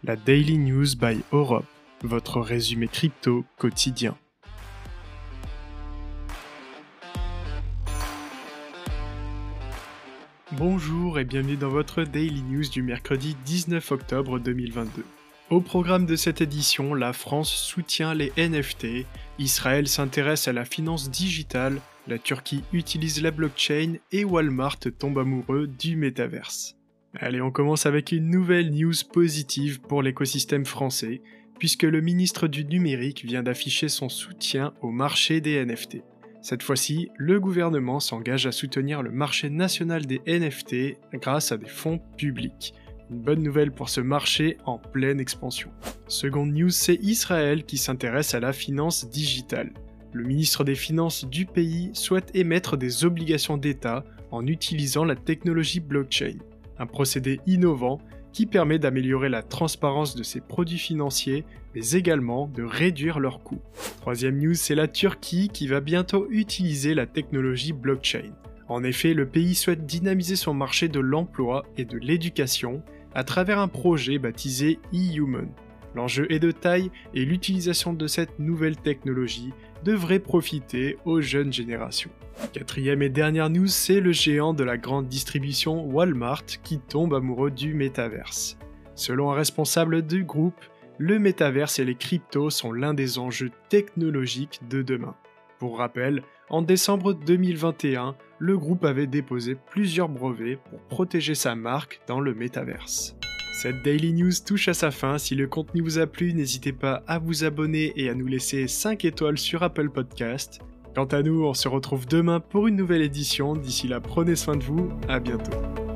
la Daily News by Europe, votre résumé crypto quotidien. Bonjour et bienvenue dans votre Daily News du mercredi 19 octobre 2022. Au programme de cette édition, la France soutient les NFT, Israël s'intéresse à la finance digitale, la Turquie utilise la blockchain et Walmart tombe amoureux du métaverse. Allez, on commence avec une nouvelle news positive pour l'écosystème français, puisque le ministre du numérique vient d'afficher son soutien au marché des NFT. Cette fois-ci, le gouvernement s'engage à soutenir le marché national des NFT grâce à des fonds publics. Une bonne nouvelle pour ce marché en pleine expansion. Seconde news, c'est Israël qui s'intéresse à la finance digitale. Le ministre des Finances du pays souhaite émettre des obligations d'État en utilisant la technologie blockchain. Un procédé innovant qui permet d'améliorer la transparence de ces produits financiers, mais également de réduire leurs coûts. Troisième news, c'est la Turquie qui va bientôt utiliser la technologie blockchain. En effet, le pays souhaite dynamiser son marché de l'emploi et de l'éducation à travers un projet baptisé e-Human. L'enjeu est de taille et l'utilisation de cette nouvelle technologie devrait profiter aux jeunes générations. Quatrième et dernière news, c'est le géant de la grande distribution Walmart qui tombe amoureux du métaverse. Selon un responsable du groupe, le métaverse et les cryptos sont l'un des enjeux technologiques de demain. Pour rappel, en décembre 2021, le groupe avait déposé plusieurs brevets pour protéger sa marque dans le métaverse. Cette Daily News touche à sa fin. Si le contenu vous a plu, n'hésitez pas à vous abonner et à nous laisser 5 étoiles sur Apple Podcast. Quant à nous, on se retrouve demain pour une nouvelle édition. D'ici là, prenez soin de vous, à bientôt.